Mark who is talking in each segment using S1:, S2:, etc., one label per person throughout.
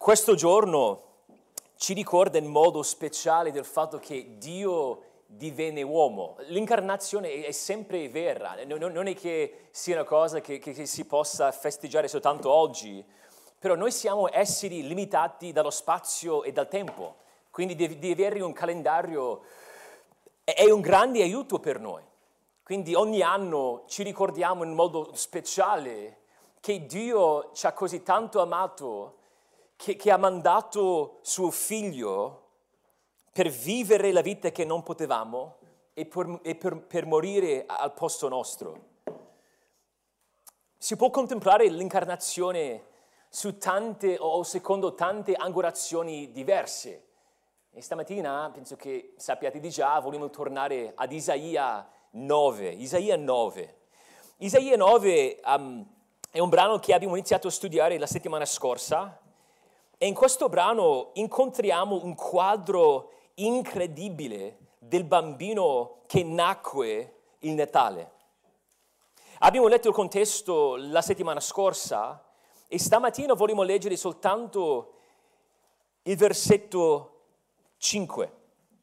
S1: Questo giorno ci ricorda in modo speciale del fatto che Dio divenne uomo. L'incarnazione è sempre vera, non è che sia una cosa che si possa festeggiare soltanto oggi, però noi siamo esseri limitati dallo spazio e dal tempo, quindi di avere un calendario è un grande aiuto per noi. Quindi ogni anno ci ricordiamo in modo speciale che Dio ci ha così tanto amato che ha mandato suo figlio per vivere la vita che non potevamo e per morire al posto nostro. Si può contemplare l'incarnazione su tante o secondo tante angolazioni diverse. E stamattina, penso che sappiate di già, vogliamo tornare ad Isaia 9. Isaia 9. Isaia 9 è un brano che abbiamo iniziato a studiare la settimana scorsa. E in questo brano incontriamo un quadro incredibile del bambino che nacque il Natale. Abbiamo letto il contesto la settimana scorsa e stamattina vogliamo leggere soltanto il versetto 5.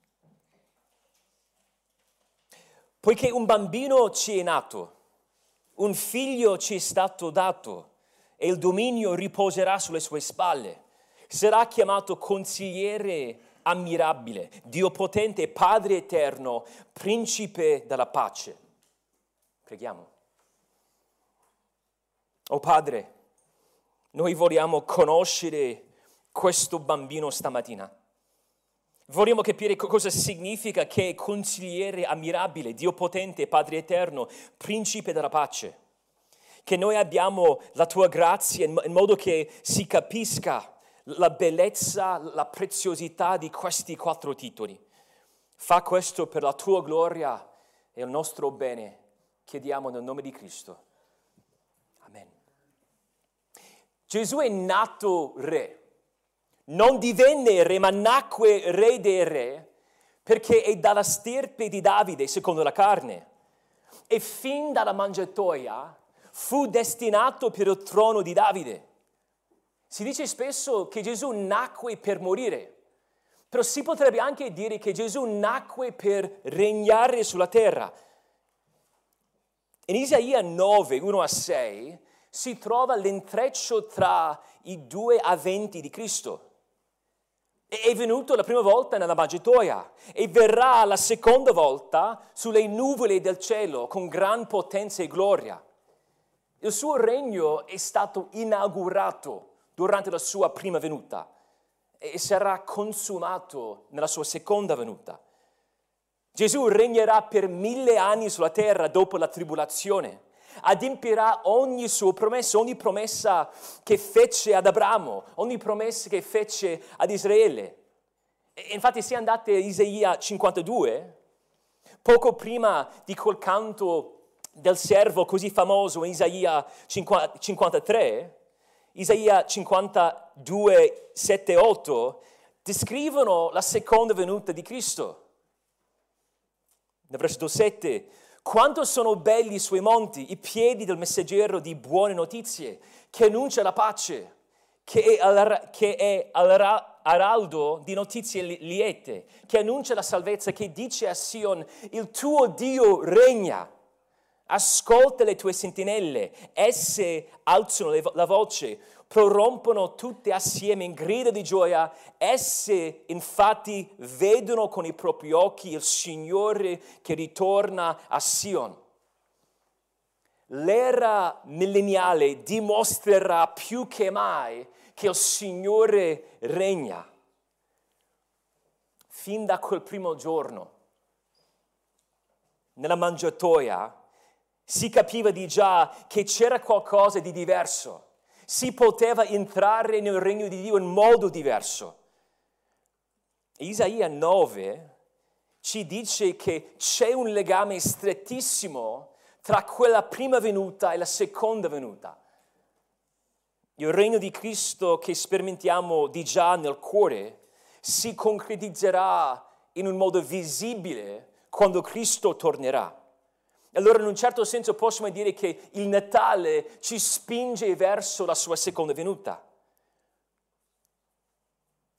S1: Poiché un bambino ci è nato, un figlio ci è stato dato e il dominio riposerà sulle sue spalle. Sarà chiamato consigliere ammirabile, Dio potente, Padre eterno, principe della pace. Preghiamo. O Padre, noi vogliamo conoscere questo bambino stamattina. Vogliamo capire cosa significa che è consigliere ammirabile, Dio potente, Padre eterno, principe della pace. Che noi abbiamo la tua grazia in modo che si capisca la bellezza, la preziosità di questi 4 titoli. Fa questo per la tua gloria e il nostro bene. Chiediamo nel nome di Cristo. Amen. Gesù è nato re. Non divenne re, ma nacque re dei re, perché è dalla stirpe di Davide, secondo la carne. E fin dalla mangiatoia fu destinato per il trono di Davide. Si dice spesso che Gesù nacque per morire, però si potrebbe anche dire che Gesù nacque per regnare sulla terra. In Isaia 9, 1-6, si trova l'intreccio tra i 2 avventi di Cristo. È venuto la prima volta nella mangiatoia e verrà la seconda volta sulle nuvole del cielo con gran potenza e gloria. Il suo regno è stato inaugurato durante la sua prima venuta e sarà consumato nella sua seconda venuta. Gesù regnerà per 1000 anni sulla terra dopo la tribolazione, adempirà ogni sua promessa, ogni promessa che fece ad Abramo, ogni promessa che fece ad Israele. E infatti se andate a Isaia 52, poco prima di quel canto del servo così famoso in Isaia 53, Isaia 52, 7, 8 descrivono la seconda venuta di Cristo. Nel versetto 7, quanto sono belli i suoi monti, i piedi del messaggero di buone notizie, che annuncia la pace, che è araldo di notizie liete, che annuncia la salvezza, che dice a Sion, il tuo Dio regna. Ascolta le tue sentinelle, esse alzano la voce, prorompono tutte assieme in grida di gioia, esse infatti vedono con i propri occhi il Signore che ritorna a Sion. L'era millenniale dimostrerà più che mai che il Signore regna. Fin da quel primo giorno, nella mangiatoia, si capiva di già che c'era qualcosa di diverso. Si poteva entrare nel regno di Dio in modo diverso. Isaia 9 ci dice che c'è un legame strettissimo tra quella prima venuta e la seconda venuta. Il regno di Cristo che sperimentiamo di già nel cuore si concretizzerà in un modo visibile quando Cristo tornerà. Allora in un certo senso possiamo dire che il Natale ci spinge verso la sua seconda venuta.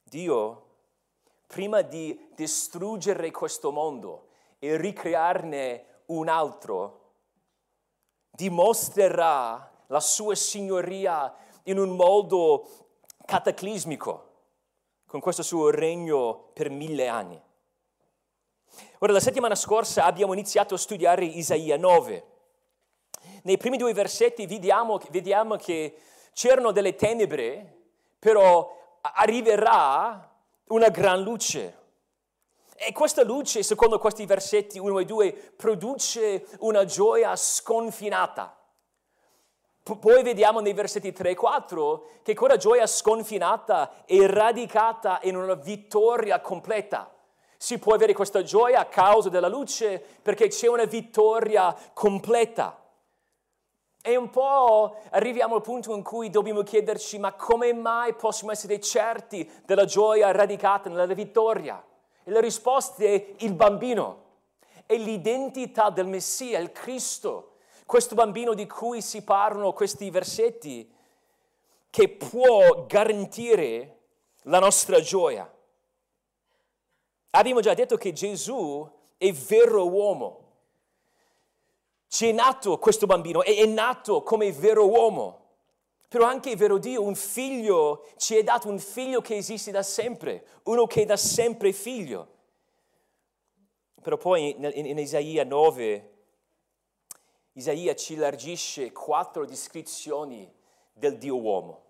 S1: Dio, prima di distruggere questo mondo e ricrearne un altro, dimostrerà la sua signoria in un modo cataclismico, con questo suo regno per 1000 anni. Ora, la settimana scorsa abbiamo iniziato a studiare Isaia 9. Nei primi 2 versetti vediamo che c'erano delle tenebre, però arriverà una gran luce. E questa luce, secondo questi versetti 1 e 2, produce una gioia sconfinata. Poi vediamo nei versetti 3 e 4 che quella gioia sconfinata è radicata in una vittoria completa. Si può avere questa gioia a causa della luce perché c'è una vittoria completa. E un po' arriviamo al punto in cui dobbiamo chiederci: ma come mai possiamo essere certi della gioia radicata nella vittoria? E la risposta è il bambino, è l'identità del Messia, il Cristo, questo bambino di cui si parlano questi versetti, che può garantire la nostra gioia. Abbiamo già detto che Gesù è vero uomo. Ci è nato questo bambino, è nato come vero uomo, però anche vero Dio, un figlio, ci è dato un figlio che esiste da sempre, uno che è da sempre figlio. Però poi in Isaia 9, Isaia ci elargisce 4 descrizioni del Dio uomo.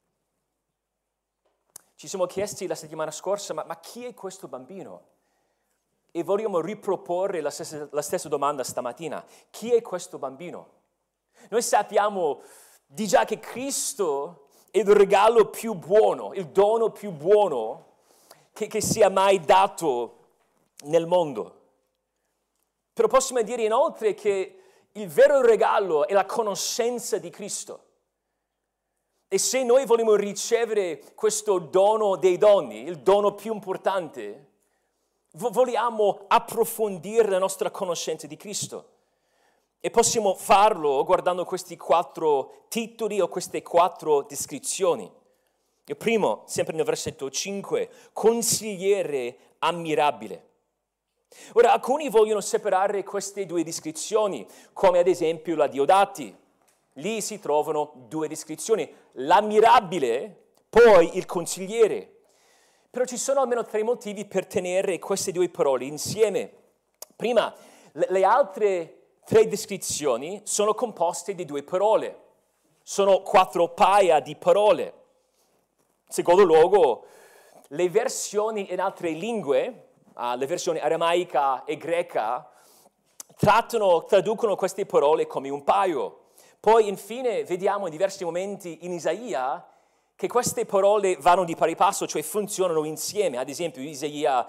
S1: Ci siamo chiesti la settimana scorsa, ma chi è questo bambino? E vogliamo riproporre la stessa domanda stamattina. Chi è questo bambino? Noi sappiamo di già che Cristo è il regalo più buono, il dono più buono che sia mai dato nel mondo. Però possiamo dire inoltre che il vero regalo è la conoscenza di Cristo. E se noi vogliamo ricevere questo dono dei doni, il dono più importante, vogliamo approfondire la nostra conoscenza di Cristo. E possiamo farlo guardando questi 4 titoli o queste 4 descrizioni. Il primo, sempre nel versetto 5, consigliere ammirabile. Ora, alcuni vogliono separare queste 2 descrizioni, come ad esempio la Diodati. Lì si trovano 2 descrizioni, l'ammirabile, poi il consigliere. Però ci sono almeno 3 motivi per tenere queste 2 parole insieme. Prima, le altre 3 descrizioni sono composte di 2 parole. Sono 4 paia di parole. In secondo luogo, le versioni in altre lingue, le versioni aramaica e greca, traducono queste parole come un paio. Poi infine vediamo in diversi momenti in Isaia che queste parole vanno di pari passo, cioè funzionano insieme. Ad esempio Isaia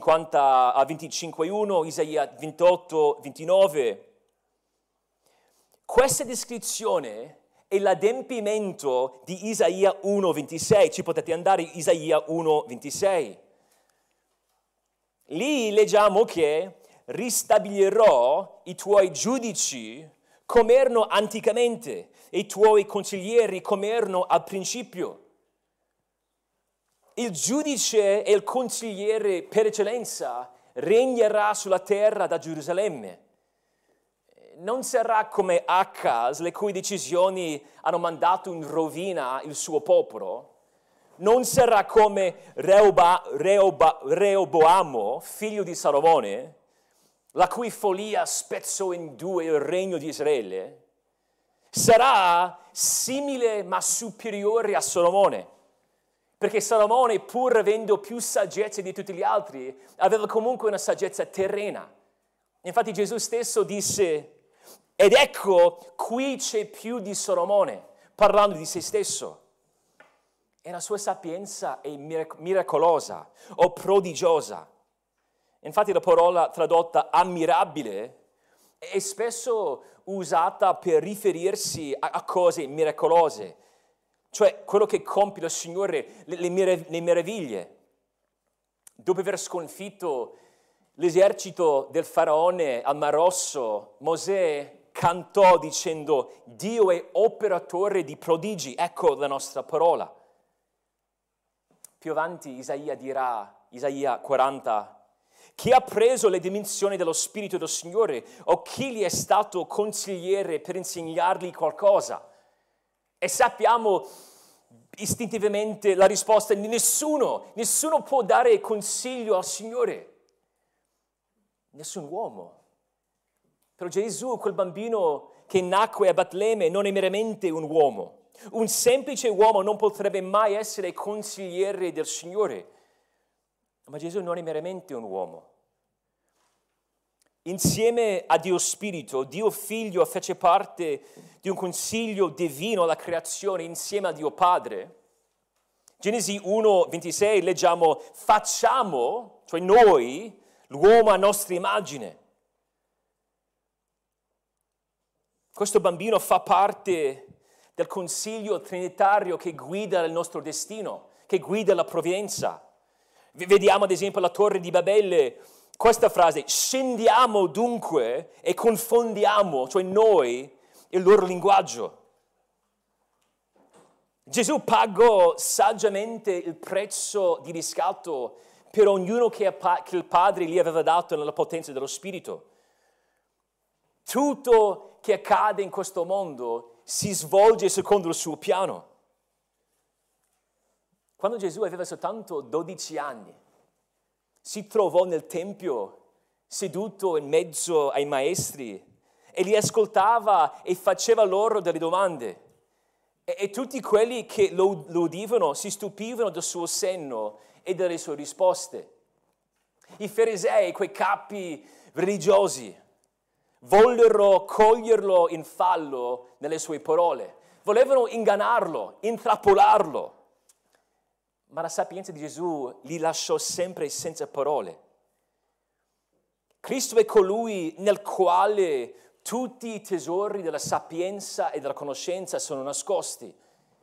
S1: 25:1, Isaia 28:29. Questa descrizione è l'adempimento di Isaia 1:26. Ci potete andare in Isaia 1:26. Lì leggiamo che ristabilirò i tuoi giudici come erano anticamente e i tuoi consiglieri come erano al principio. Il giudice e il consigliere per eccellenza regnerà sulla terra da Gerusalemme. Non sarà come Acaz, le cui decisioni hanno mandato in rovina il suo popolo. Non sarà come Reoboamo, figlio di Salomone, la cui follia spezzò in 2 il regno di Israele. Sarà simile ma superiore a Salomone, perché Salomone, pur avendo più saggezza di tutti gli altri, aveva comunque una saggezza terrena. Infatti Gesù stesso disse: ed ecco, qui c'è più di Salomone, parlando di se stesso. E la sua sapienza è miracolosa o prodigiosa. Infatti la parola tradotta ammirabile è spesso usata per riferirsi a cose miracolose, cioè quello che compie il Signore, le meraviglie. Dopo aver sconfitto l'esercito del faraone al Mar Rosso, Mosè cantò dicendo: Dio è operatore di prodigi. Ecco la nostra parola. Più avanti Isaia dirà, Isaia 40, chi ha preso le dimensioni dello Spirito del Signore o chi gli è stato consigliere per insegnargli qualcosa? E sappiamo istintivamente la risposta: nessuno può dare consiglio al Signore, nessun uomo. Però Gesù, quel bambino che nacque a Betlemme, non è meramente un uomo. Un semplice uomo non potrebbe mai essere consigliere del Signore, ma Gesù non è meramente un uomo. Insieme a Dio Spirito, Dio Figlio fece parte di un consiglio divino alla creazione insieme a Dio Padre. Genesi 1:26 leggiamo: facciamo, cioè noi, l'uomo a nostra immagine. Questo bambino fa parte del consiglio trinitario che guida il nostro destino, che guida la provvidenza. Vediamo ad esempio la Torre di Babele, questa frase: scendiamo dunque e confondiamo, cioè noi, il loro linguaggio. Gesù pagò saggiamente il prezzo di riscatto per ognuno che il Padre gli aveva dato nella potenza dello Spirito. Tutto che accade in questo mondo si svolge secondo il suo piano. Quando Gesù aveva soltanto 12 anni, si trovò nel Tempio seduto in mezzo ai maestri e li ascoltava e faceva loro delle domande. E tutti quelli che lo udivano si stupivano del suo senno e delle sue risposte. I farisei, quei capi religiosi, vollero coglierlo in fallo nelle sue parole. Volevano ingannarlo, intrappolarlo. Ma la sapienza di Gesù li lasciò sempre senza parole. Cristo è colui nel quale tutti i tesori della sapienza e della conoscenza sono nascosti.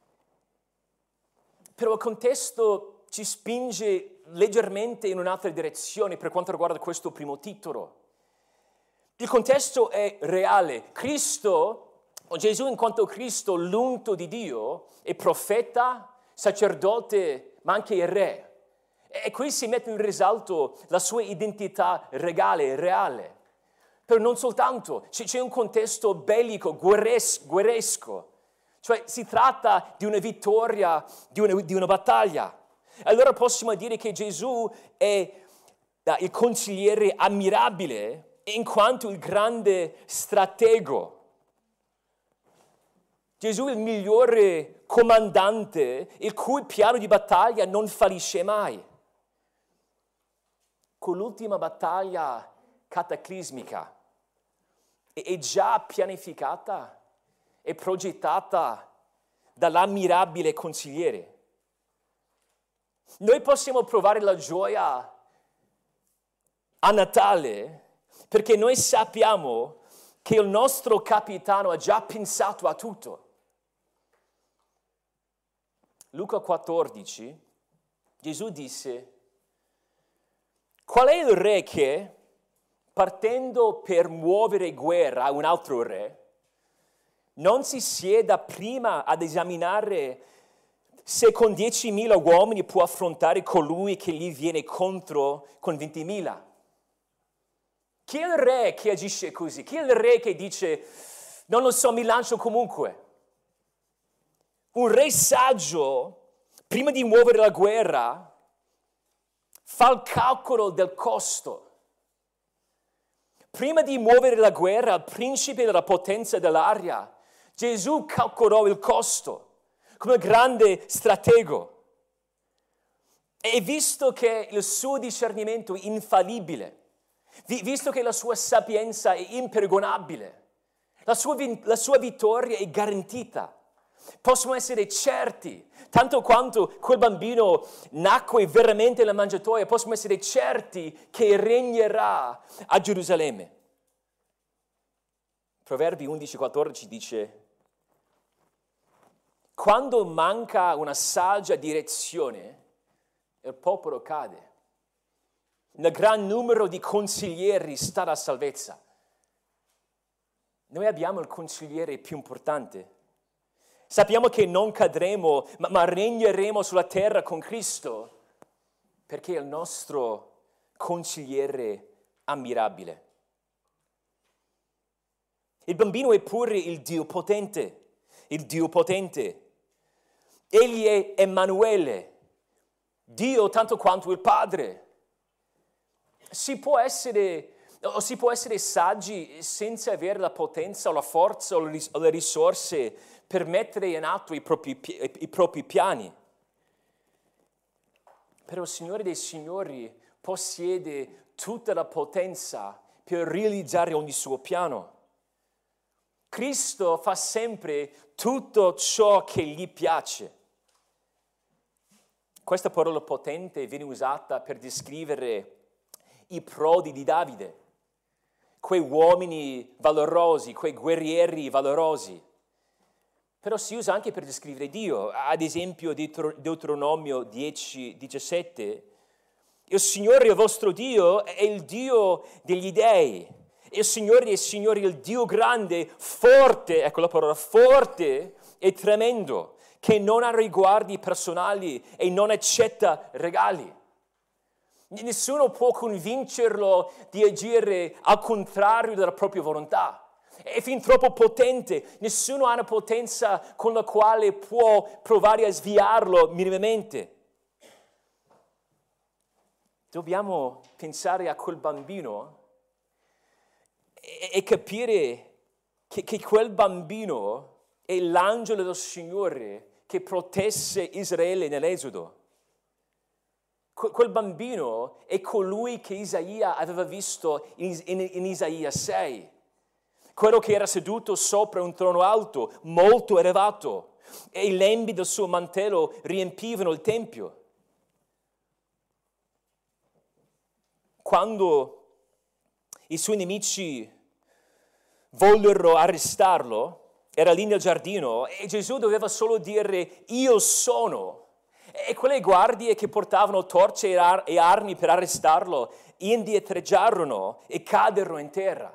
S1: Però il contesto ci spinge leggermente in un'altra direzione per quanto riguarda questo primo titolo. Il contesto è reale. Cristo, o Gesù in quanto Cristo, l'unto di Dio, è profeta, sacerdote, ma anche re. E qui si mette in risalto la sua identità regale, reale. Però non soltanto, c'è un contesto bellico, guerresco. Cioè si tratta di una vittoria, di una battaglia. Allora possiamo dire che Gesù è il consigliere ammirabile in quanto il grande stratego. Gesù è il migliore comandante, il cui piano di battaglia non fallisce mai. Con l'ultima battaglia cataclismica è già pianificata e progettata dall'ammirabile consigliere. Noi possiamo provare la gioia a Natale perché noi sappiamo che il nostro capitano ha già pensato a tutto. Luca 14, Gesù disse: qual è il re che, partendo per muovere guerra a un altro re, non si sieda prima ad esaminare se con 10.000 uomini può affrontare colui che gli viene contro con 20.000? Chi è il re che agisce così? Chi è il re che dice: non lo so, mi lancio comunque? Un re saggio, prima di muovere la guerra, fa il calcolo del costo. Prima di muovere la guerra al principe della potenza dell'aria, Gesù calcolò il costo come grande stratego. E visto che il suo discernimento è infallibile, visto che la sua sapienza è impergonabile, la sua vittoria è garantita, possiamo essere certi, tanto quanto quel bambino nacque veramente nella mangiatoia, possiamo essere certi che regnerà a Gerusalemme. Proverbi 11,14 dice: quando manca una saggia direzione, il popolo cade. Nel gran numero di consiglieri sta la salvezza. Noi abbiamo il consigliere più importante. Sappiamo che non cadremo, ma regneremo sulla terra con Cristo, perché è il nostro consigliere ammirabile. Il bambino è pure il Dio potente, il Dio potente. Egli è Emanuele, Dio tanto quanto il Padre. Si può essere saggi senza avere la potenza o la forza o le risorse per mettere in atto i propri piani. Però il Signore dei Signori possiede tutta la potenza per realizzare ogni suo piano. Cristo fa sempre tutto ciò che gli piace. Questa parola potente viene usata per descrivere i prodi di Davide, quei uomini valorosi, quei guerrieri valorosi. Però si usa anche per descrivere Dio. Ad esempio, Deuteronomio 10:17, il Signore il vostro Dio è il Dio degli dei. Il Signore dei Signori, il Dio grande, forte, ecco la parola, forte e tremendo, che non ha riguardi personali e non accetta regali. Nessuno può convincerlo di agire al contrario della propria volontà. È fin troppo potente, nessuno ha una potenza con la quale può provare a sviarlo minimamente. Dobbiamo pensare a quel bambino e capire che quel bambino è l'angelo del Signore che protesse Israele nell'Esodo. Quel bambino è colui che Isaia aveva visto in Isaia 6. Quello che era seduto sopra un trono alto, molto elevato, e i lembi del suo mantello riempivano il tempio. Quando i suoi nemici vollero arrestarlo, era lì nel giardino, e Gesù doveva solo dire io sono. E quelle guardie che portavano torce e armi per arrestarlo indietreggiarono e caddero in terra.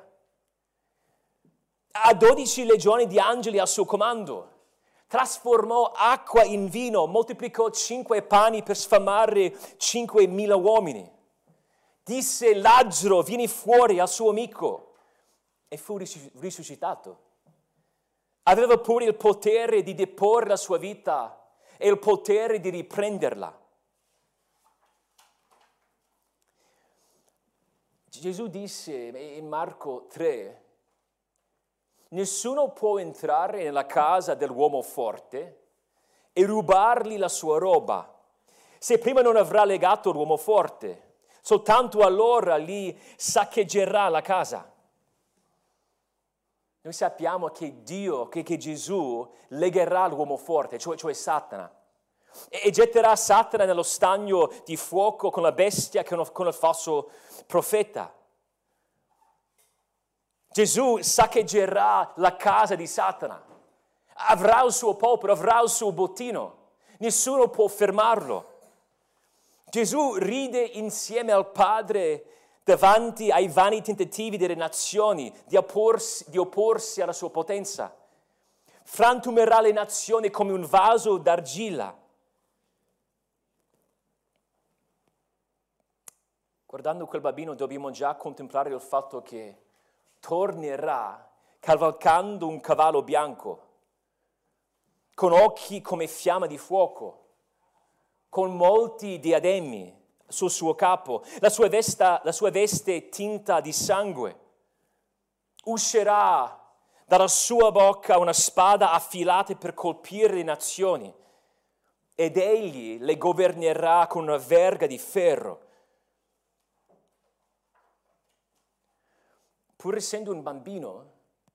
S1: Ha 12 legioni di angeli al suo comando. Trasformò acqua in vino, moltiplicò 5 pani per sfamare 5.000 uomini. Disse Lazzaro, vieni fuori al suo amico. E fu risuscitato. Aveva pure il potere di deporre la sua vita e il potere di riprenderla. Gesù disse in Marco 3, nessuno può entrare nella casa dell'uomo forte e rubargli la sua roba, se prima non avrà legato l'uomo forte. Soltanto allora gli saccheggerà la casa. Noi sappiamo che che Gesù legherà l'uomo forte, cioè Satana, e getterà Satana nello stagno di fuoco con la bestia, con il falso profeta. Gesù saccheggerà la casa di Satana, avrà il suo popolo, avrà il suo bottino, nessuno può fermarlo. Gesù ride insieme al Padre davanti ai vani tentativi delle nazioni di opporsi alla sua potenza. Frantumerà le nazioni come un vaso d'argilla. Guardando quel bambino dobbiamo già contemplare il fatto che tornerà cavalcando un cavallo bianco, con occhi come fiamma di fuoco, con molti diademi sul suo capo, la sua veste tinta di sangue. Uscirà dalla sua bocca una spada affilata per colpire le nazioni, ed egli le governerà con una verga di ferro. Pur essendo un bambino,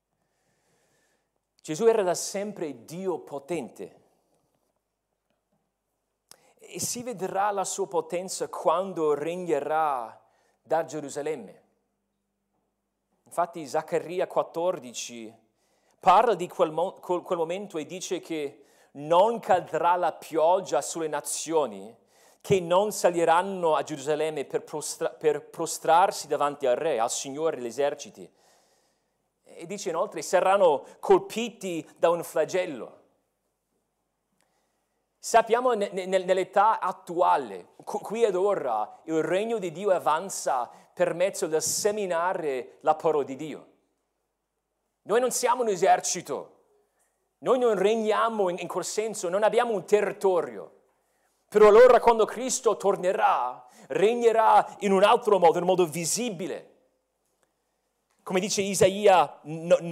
S1: Gesù era da sempre Dio potente. E si vedrà la sua potenza quando regnerà da Gerusalemme. Infatti Zaccaria 14 parla di quel momento e dice che non cadrà la pioggia sulle nazioni che non saliranno a Gerusalemme per prostrarsi davanti al Re, al Signore degli eserciti. E dice inoltre saranno colpiti da un flagello. Sappiamo nell'età attuale, qui ed ora, il regno di Dio avanza per mezzo del seminare la parola di Dio. Noi non siamo un esercito, noi non regniamo in quel senso, non abbiamo un territorio. Però allora quando Cristo tornerà, regnerà in un altro modo, in un modo visibile. Come dice Isaia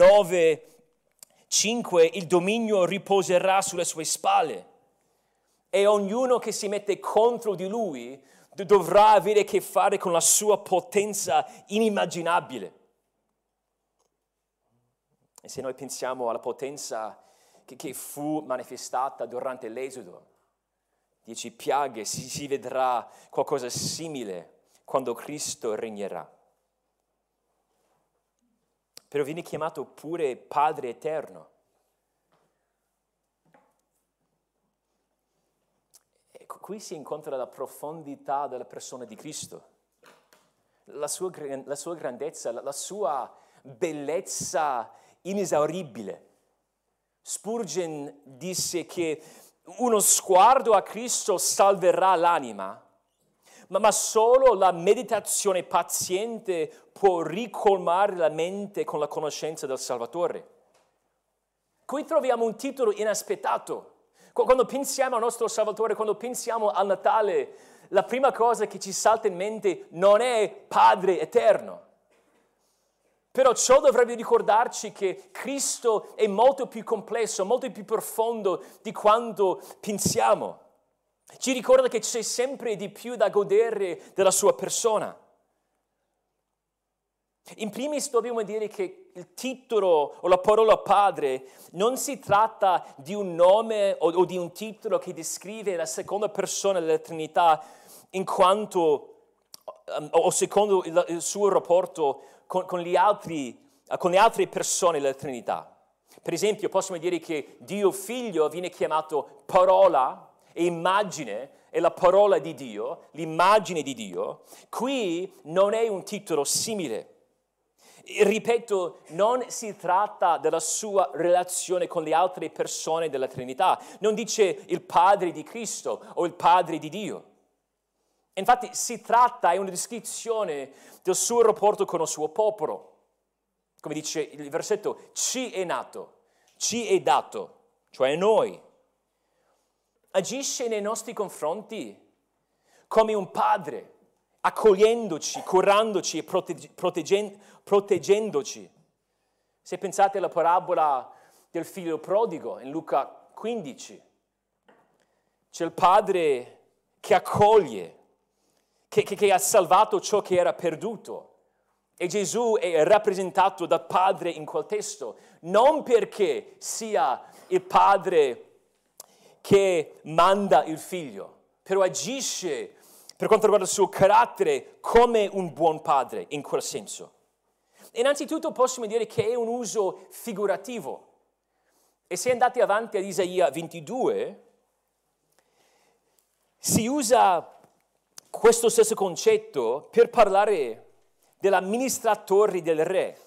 S1: 9:5, il dominio riposerà sulle sue spalle e ognuno che si mette contro di lui dovrà avere a che fare con la sua potenza inimmaginabile. E se noi pensiamo alla potenza che fu manifestata durante l'Esodo, 10 piaghe, si vedrà qualcosa simile quando Cristo regnerà. Però viene chiamato pure Padre Eterno. E qui si incontra la profondità della persona di Cristo, la sua grandezza, la sua bellezza inesauribile. Spurgeon disse che uno sguardo a Cristo salverà l'anima, ma solo la meditazione paziente può ricolmare la mente con la conoscenza del Salvatore. Qui troviamo un titolo inaspettato. Quando pensiamo al nostro Salvatore, quando pensiamo al Natale, la prima cosa che ci salta in mente non è Padre Eterno. Però ciò dovrebbe ricordarci che Cristo è molto più complesso, molto più profondo di quanto pensiamo. Ci ricorda che c'è sempre di più da godere della sua persona. In primis dobbiamo dire che il titolo o la parola Padre non si tratta di un nome o di un titolo che descrive la seconda persona della Trinità in quanto o secondo il suo rapporto con le altre persone della Trinità. Per esempio possiamo dire che Dio Figlio viene chiamato parola e immagine, è la parola di Dio, l'immagine di Dio. Qui non è un titolo simile. Ripeto, non si tratta della sua relazione con le altre persone della Trinità. Non dice il Padre di Cristo o il Padre di Dio. Infatti si tratta, è una descrizione del suo rapporto con il suo popolo. Come dice il versetto, ci è nato, ci è dato, cioè noi. Agisce nei nostri confronti come un padre, accogliendoci, curandoci e proteggendoci. Se pensate alla parabola del figlio prodigo in Luca 15, c'è il padre che accoglie, che ha salvato ciò che era perduto. E Gesù è rappresentato dal Padre in quel testo, non perché sia il Padre che manda il Figlio, però agisce per quanto riguarda il suo carattere come un buon padre in quel senso. Innanzitutto possiamo dire che è un uso figurativo. E se andate avanti ad Isaia 22, si usa questo stesso concetto per parlare dell'amministratore del re,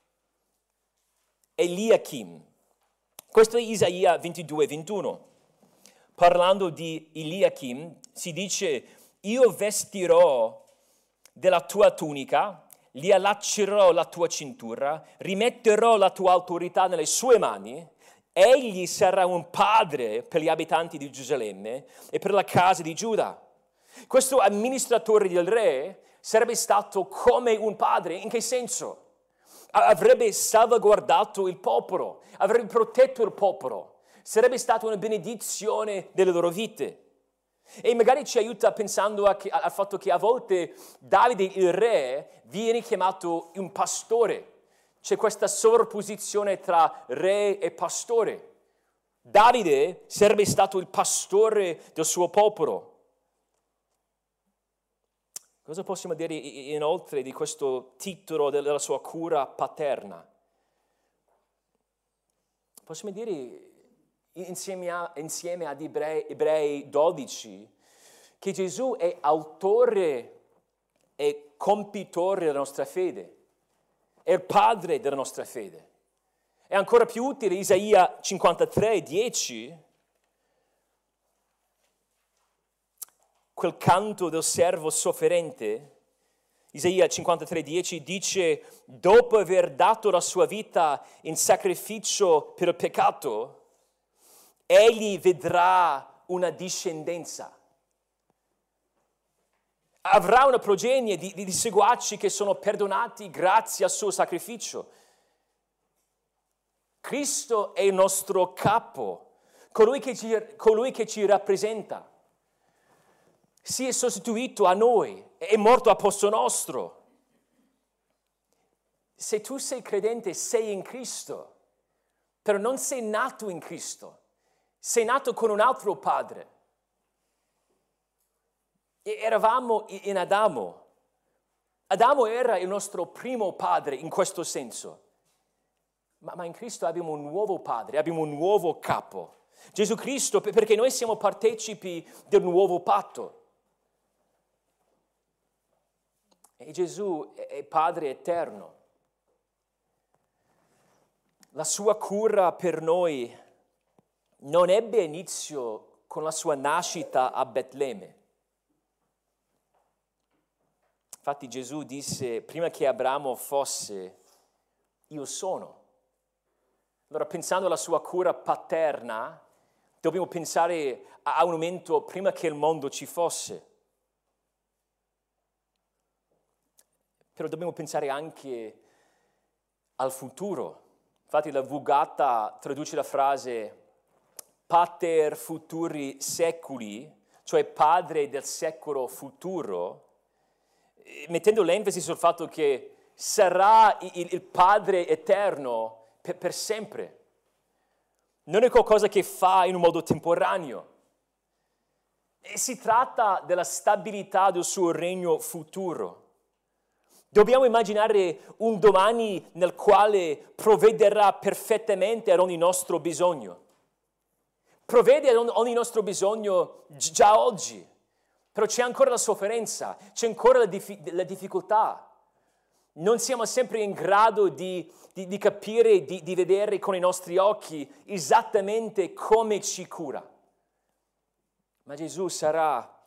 S1: Eliachim. Questo è Isaia 22:21. Parlando di Eliachim, si dice: io vestirò della tua tunica, gli allaccerò la tua cintura, rimetterò la tua autorità nelle sue mani, egli sarà un padre per gli abitanti di Gerusalemme e per la casa di Giuda. Questo amministratore del re sarebbe stato come un padre. In che senso? Avrebbe salvaguardato il popolo, avrebbe protetto il popolo, sarebbe stata una benedizione delle loro vite. E magari ci aiuta pensando al fatto che a volte Davide, il re, viene chiamato un pastore. C'è questa sovrapposizione tra re e pastore. Davide sarebbe stato il pastore del suo popolo. Cosa possiamo dire inoltre di questo titolo della sua cura paterna? Possiamo dire insieme ad Ebrei 12 che Gesù è autore e compitore della nostra fede, è il padre della nostra fede. È ancora più utile Isaia 53:10, quel canto del servo sofferente, Isaia 53:10 dice, dopo aver dato la sua vita in sacrificio per il peccato, egli vedrà una discendenza. Avrà una progenie di seguaci che sono perdonati grazie al suo sacrificio. Cristo è il nostro capo, colui che ci rappresenta. Si è sostituito a noi, è morto a posto nostro. Se tu sei credente, sei in Cristo, però non sei nato in Cristo, sei nato con un altro padre. E eravamo in Adamo. Adamo era il nostro primo padre in questo senso. Ma in Cristo abbiamo un nuovo padre, abbiamo un nuovo capo. Gesù Cristo, perché noi siamo partecipi del nuovo patto. E Gesù è Padre eterno. La sua cura per noi non ebbe inizio con la sua nascita a Betlemme. Infatti Gesù disse, prima che Abramo fosse, io sono. Allora, pensando alla sua cura paterna, dobbiamo pensare a un momento prima che il mondo ci fosse. Però dobbiamo pensare anche al futuro. Infatti la Vulgata traduce la frase pater futuri seculi, cioè padre del secolo futuro, mettendo l'enfasi sul fatto che sarà il Padre eterno per sempre. Non è qualcosa che fa in un modo temporaneo. E si tratta della stabilità del suo regno futuro. Dobbiamo immaginare un domani nel quale provvederà perfettamente ad ogni nostro bisogno. Provvede ad ogni nostro bisogno già oggi. Però c'è ancora la sofferenza, c'è ancora la difficoltà. Non siamo sempre in grado di capire, di vedere con i nostri occhi esattamente come ci cura. Ma Gesù sarà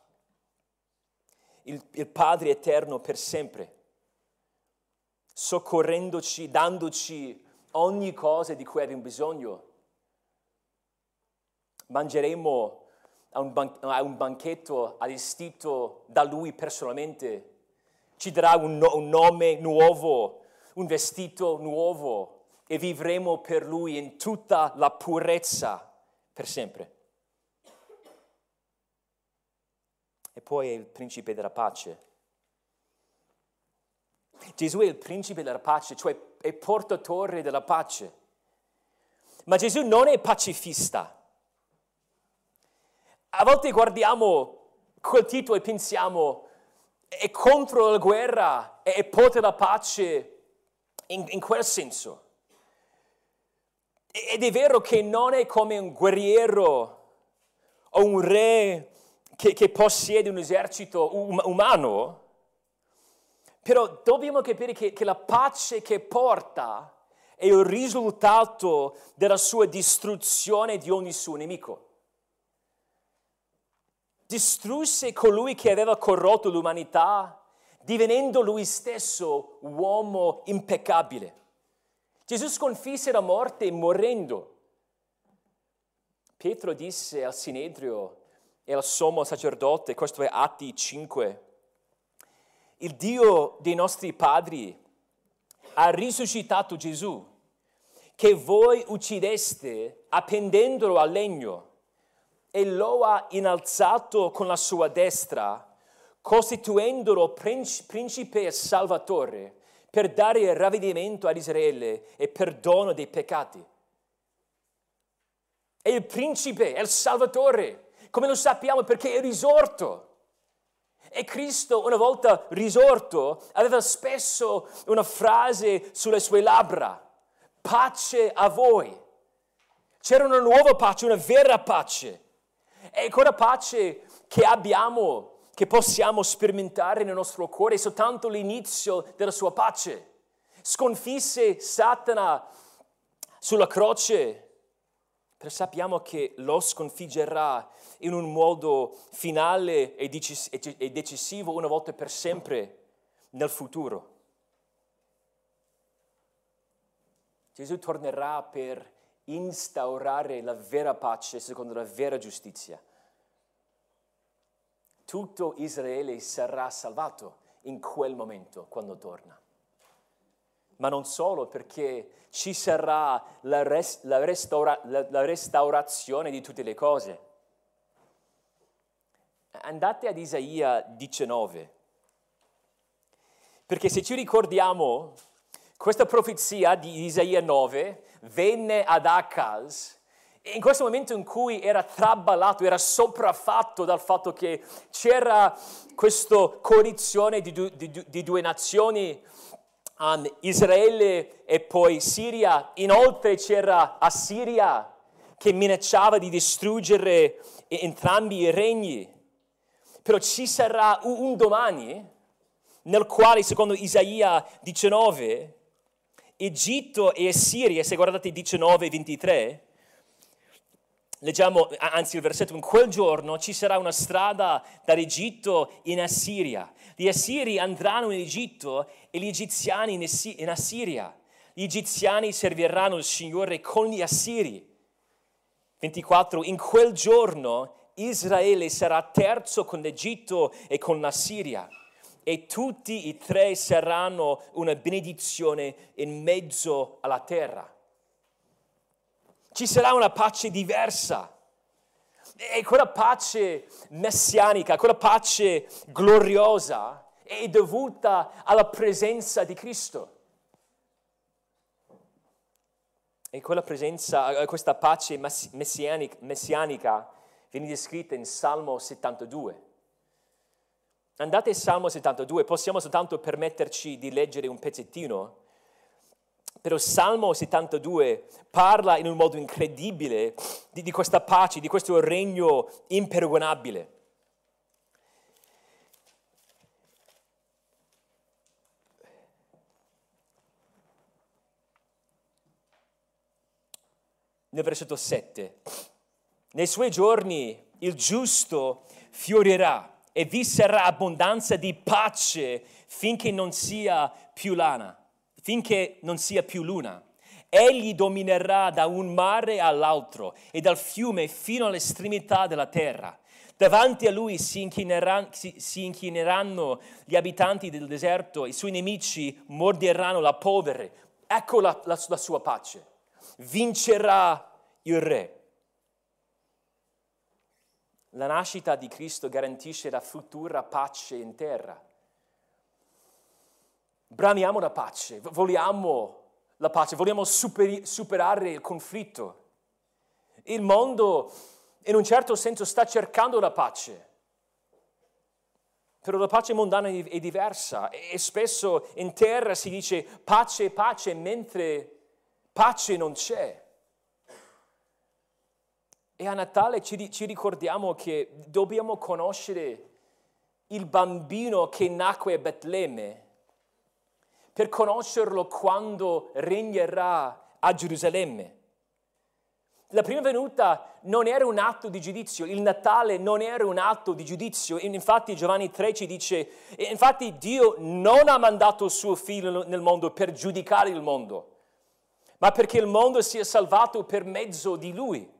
S1: il Padre eterno per sempre, soccorrendoci, dandoci ogni cosa di cui abbiamo bisogno. Mangeremo a un banchetto allestito da Lui personalmente, ci darà un nome nuovo, un vestito nuovo e vivremo per Lui in tutta la purezza per sempre. E poi è il principe della pace. Gesù è il principe della pace, cioè è portatore della pace. Ma Gesù non è pacifista. A volte guardiamo quel titolo e pensiamo è contro la guerra e porta la pace in quel senso. Ed è vero che non è come un guerriero o un re che possiede un esercito umano, però dobbiamo capire che la pace che porta è il risultato della sua distruzione di ogni suo nemico. Distrusse colui che aveva corrotto l'umanità, divenendo lui stesso uomo impeccabile. Gesù sconfisse la morte morendo. Pietro disse al Sinedrio e al sommo sacerdote, questo è Atti 5, il Dio dei nostri padri ha risuscitato Gesù, che voi uccideste appendendolo al legno, e lo ha innalzato con la sua destra, costituendolo principe e salvatore, per dare ravvedimento ad Israele e perdono dei peccati. È il principe, è il salvatore, come lo sappiamo perché è risorto. E Cristo, una volta risorto, aveva spesso una frase sulle sue labbra: pace a voi. C'era una nuova pace, una vera pace. E quella pace che abbiamo, che possiamo sperimentare nel nostro cuore, è soltanto l'inizio della sua pace. Sconfisse Satana sulla croce però sappiamo che lo sconfiggerà in un modo finale e decisivo una volta per sempre nel futuro. Gesù tornerà per instaurare la vera pace secondo la vera giustizia. Tutto Israele sarà salvato in quel momento quando torna. Ma non solo, perché ci sarà la restaurazione di tutte le cose. Andate ad Isaia 19, perché se ci ricordiamo, questa profezia di Isaia 9 venne ad Acaz in questo momento in cui era traballato, era sopraffatto dal fatto che c'era questa coalizione di due nazioni, Israele e poi Siria. Inoltre c'era Assiria che minacciava di distruggere entrambi i regni. Però ci sarà un domani nel quale, secondo Isaia 19, Egitto e Assiria, se guardate 19:23, leggiamo, anzi il versetto, in quel giorno ci sarà una strada dall'Egitto in Assiria. Gli Assiri andranno in Egitto e gli egiziani in Assiria. Gli egiziani serviranno il Signore con gli Assiri. 24, in quel giorno Israele sarà terzo con l'Egitto e con l'Assiria. E tutti e tre saranno una benedizione in mezzo alla terra. Ci sarà una pace diversa. E quella pace messianica, quella pace gloriosa è dovuta alla presenza di Cristo. E quella presenza, questa pace messianica viene descritta in Salmo 72. Andate a Salmo 72, possiamo soltanto permetterci di leggere un pezzettino, però Salmo 72 parla in un modo incredibile di questa pace, di questo regno imperagonabile. Nel versetto 7, nei suoi giorni il giusto fiorirà e vi sarà abbondanza di pace finché non sia più luna. Egli dominerà da un mare all'altro e dal fiume fino all'estremità della terra. Davanti a lui si inchineranno gli abitanti del deserto, i suoi nemici morderanno la polvere. Ecco la sua pace. Vincerà il re. La nascita di Cristo garantisce la futura pace in terra. Bramiamo la pace, vogliamo la pace, vogliamo superare il conflitto. Il mondo, in un certo senso, sta cercando la pace. Però la pace mondana è diversa e spesso in terra si dice pace, pace, mentre pace non c'è. E a Natale ci ricordiamo che dobbiamo conoscere il bambino che nacque a Betlemme per conoscerlo quando regnerà a Gerusalemme. La prima venuta non era un atto di giudizio, il Natale non era un atto di giudizio. Infatti Giovanni 3 ci dice, infatti Dio non ha mandato il suo figlio nel mondo per giudicare il mondo, ma perché il mondo sia salvato per mezzo di lui.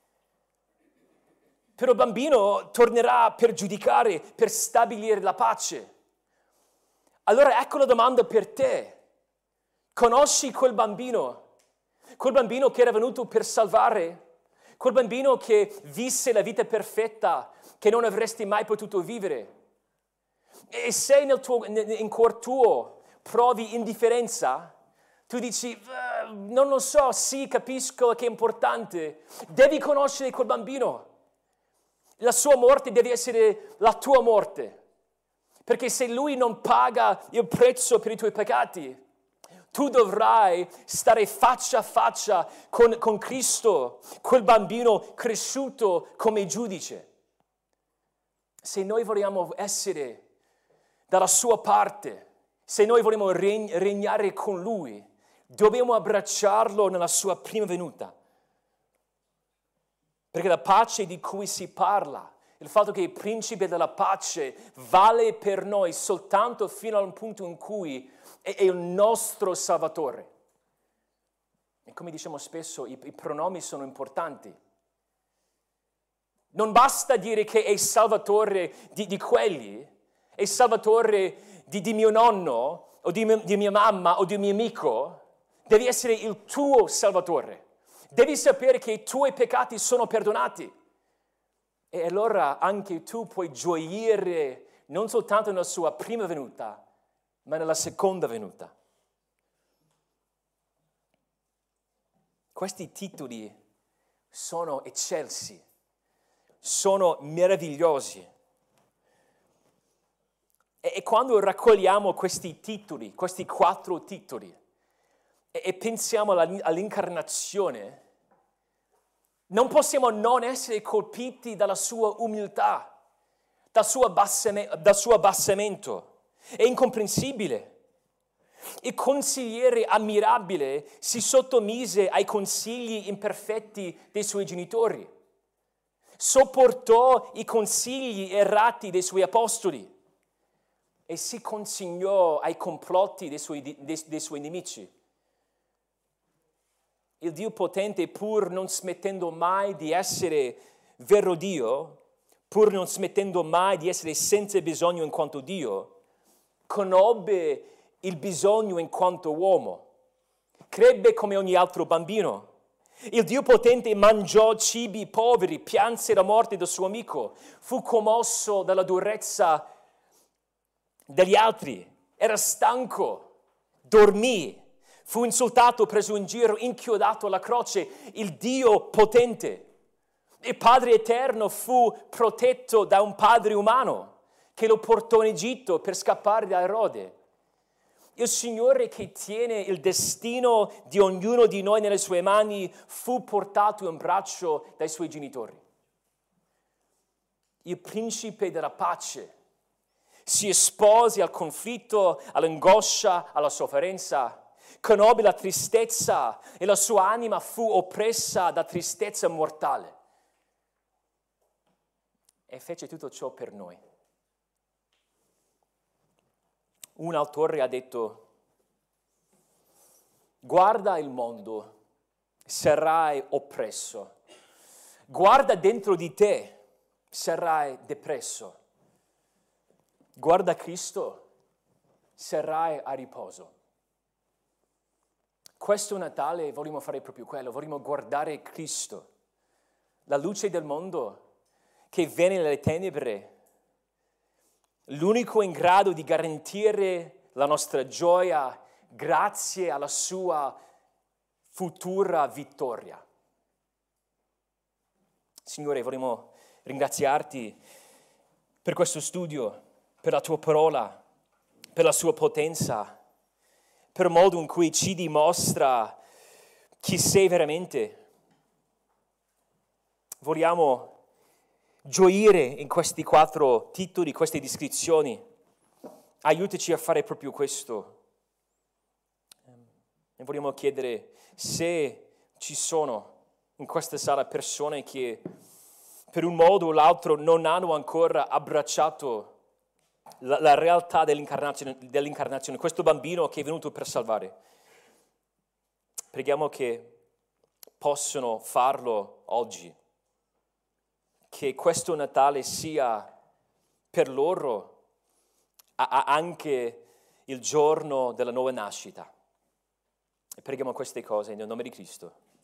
S1: Però il bambino tornerà per giudicare, per stabilire la pace. Allora ecco la domanda per te. Conosci quel bambino che era venuto per salvare? Quel bambino che visse la vita perfetta che non avresti mai potuto vivere? E se in cuor tuo provi indifferenza, tu dici, non lo so, sì, capisco che è importante. Devi conoscere quel bambino. La sua morte deve essere la tua morte, perché se lui non paga il prezzo per i tuoi peccati, tu dovrai stare faccia a faccia con Cristo, quel bambino cresciuto come giudice. Se noi vogliamo essere dalla sua parte, se noi vogliamo regnare con lui, dobbiamo abbracciarlo nella sua prima venuta. Perché la pace di cui si parla, il fatto che il principe della pace vale per noi soltanto fino al punto in cui è il nostro Salvatore. E come diciamo spesso, i pronomi sono importanti. Non basta dire che è Salvatore di quelli, è Salvatore di mio nonno, o di mia mamma, o di mio amico. Devi essere il tuo Salvatore. Devi sapere che i tuoi peccati sono perdonati. E allora anche tu puoi gioire non soltanto nella sua prima venuta, ma nella seconda venuta. Questi titoli sono eccelsi, sono meravigliosi. E quando raccogliamo questi titoli, questi 4 titoli, e pensiamo all'incarnazione, non possiamo non essere colpiti dalla sua umiltà, dal suo abbassamento. È incomprensibile. Il consigliere ammirabile si sottomise ai consigli imperfetti dei suoi genitori, sopportò i consigli errati dei suoi apostoli e si consegnò ai complotti dei suoi nemici. Il Dio potente, pur non smettendo mai di essere vero Dio, pur non smettendo mai di essere senza bisogno in quanto Dio, conobbe il bisogno in quanto uomo, crebbe come ogni altro bambino. Il Dio potente mangiò cibi poveri, pianse la morte del suo amico, fu commosso dalla durezza degli altri, era stanco, dormì, fu insultato, preso in giro, inchiodato alla croce. Il Dio potente, il Padre eterno, fu protetto da un padre umano che lo portò in Egitto per scappare da Erode. Il Signore che tiene il destino di ognuno di noi nelle sue mani fu portato in braccio dai suoi genitori. Il principe della pace si espose al conflitto, all'angoscia, alla sofferenza, conobbe la tristezza e la sua anima fu oppressa da tristezza mortale. E fece tutto ciò per noi. Un autore ha detto: guarda il mondo, sarai oppresso. Guarda dentro di te, sarai depresso. Guarda Cristo, sarai a riposo. Questo Natale vogliamo fare proprio quello, vogliamo guardare Cristo, la luce del mondo che viene dalle tenebre, l'unico in grado di garantire la nostra gioia grazie alla sua futura vittoria. Signore, vogliamo ringraziarti per questo studio, per la tua parola, per la sua potenza, per il modo in cui ci dimostra chi sei veramente. Vogliamo gioire in questi 4 titoli, queste descrizioni. Aiutaci a fare proprio questo. E vogliamo chiedere se ci sono in questa sala persone che per un modo o l'altro non hanno ancora abbracciato la realtà dell'incarnazione, questo bambino che è venuto per salvare. Preghiamo che possano farlo oggi, che questo Natale sia per loro anche il giorno della nuova nascita. E preghiamo queste cose nel nome di Cristo.